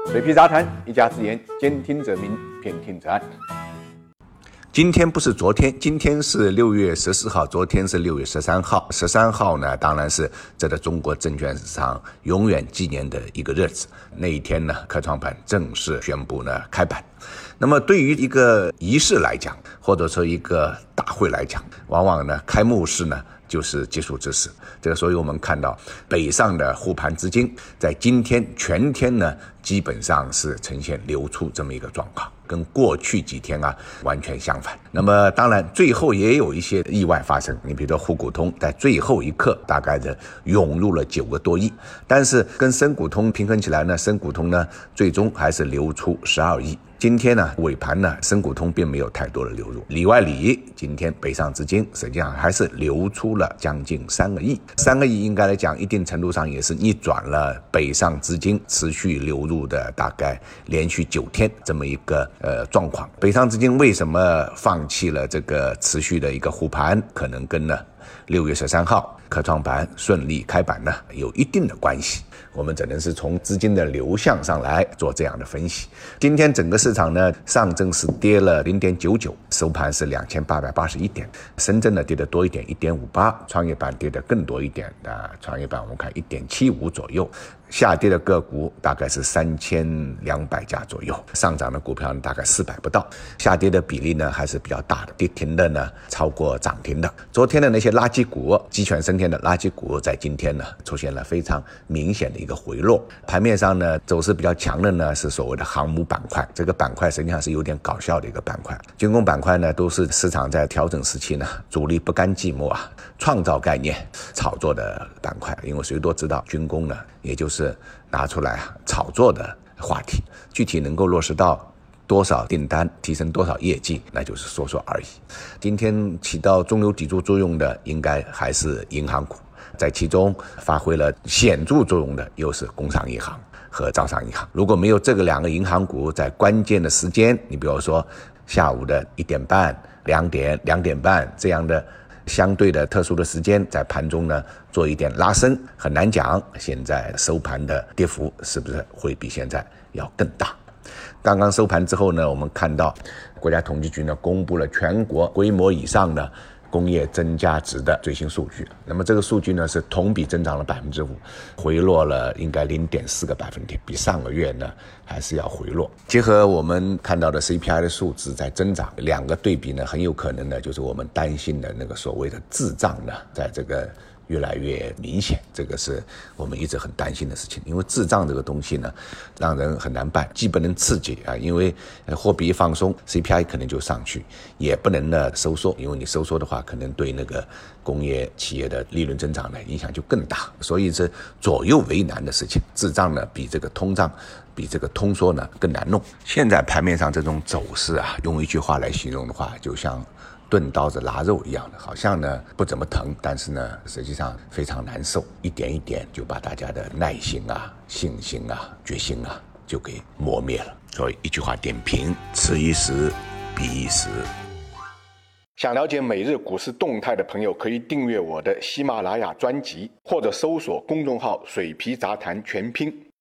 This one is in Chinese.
水皮杂谈，一家之言，兼听则明，偏听则暗。今天不是昨天，今天是6月14号，昨天是6月13号。13号呢，当然是这个中国证券市场永远纪念的一个日子。那一天呢，科创板正式宣布呢开板。那么对于一个仪式来讲，或者说一个大会来讲，往往呢开幕式呢就是结束之时。所以我们看到北上的护盘资金在今天全天呢基本上是呈现流出这么一个状况，跟过去几天完全相反。那么当然最后也有一些意外发生，你比如说沪股通在最后一刻大概的涌入了9个多亿，但是跟深股通平衡起来呢，深股通呢最终还是流出12亿。今天呢尾盘呢，深股通并没有太多的流入，里外里今天北上资金实际上还是流出了将近3个亿。3个亿应该来讲一定程度上也是逆转了北上资金持续流入的大概连续9天这么一个状况。北上资金为什么放弃了这个持续的一个护盘，可能跟呢6月13号科创板顺利开板呢有一定的关系。我们只能是从资金的流向上来做这样的分析。今天整个市场呢，上证是跌了 0.99， 收盘是2881点，深圳呢跌得多一点 1.58， 创业板跌得更多一点，创业板我们看 1.75 左右。下跌的个股大概是3200家左右，上涨的股票呢大概400不到，下跌的比例呢还是比较大的，跌停的呢超过涨停的。昨天的那些垃圾股，鸡犬升天的垃圾股在今天呢出现了非常明显的一个回落。盘面上呢走势比较强的呢是所谓的航母板块，这个板块实际上是有点搞笑的一个板块。军工板块呢都是市场在调整时期呢主力不甘寂寞创造概念炒作的板块，因为谁都知道军工呢也就是拿出来炒作的话题，具体能够落实到多少订单，提升多少业绩，那就是说说而已。今天起到中流砥柱作用的应该还是银行股，在其中发挥了显著作用的又是工商银行和招商银行。如果没有这个2个银行股在关键的时间，你比如说下午的1点半、2点、2点半这样的相对的特殊的时间，在盘中呢做一点拉升，很难讲现在收盘的跌幅是不是会比现在要更大。刚刚收盘之后呢，我们看到国家统计局呢公布了全国规模以上的工业增加值的最新数据。那么这个数据呢是同比增长了 5%， 回落了应该 0.4个百分点，比上个月呢还是要回落。结合我们看到的 CPI 的数字在增长，2个对比呢，很有可能呢就是我们担心的那个所谓的滞胀呢在这个越来越明显，这个是我们一直很担心的事情。因为滞胀这个东西呢让人很难办，既不能刺激因为货币一放松 CPI 可能就上去，也不能呢收缩，因为你收缩的话可能对那个工业企业的利润增长呢影响就更大，所以是左右为难的事情。滞胀呢比这个通胀比这个通缩呢更难弄。现在盘面上这种走势用一句话来形容的话，就像钝刀子拉肉一样的，好像呢不怎么疼，但是呢实际上非常难受，一点一点就把大家的耐心信心决心就给磨灭了。所以一句话点评，此一时彼一时。想了解每日股市动态的朋友，可以订阅我的喜马拉雅专辑，或者搜索公众号水皮杂谈全拼。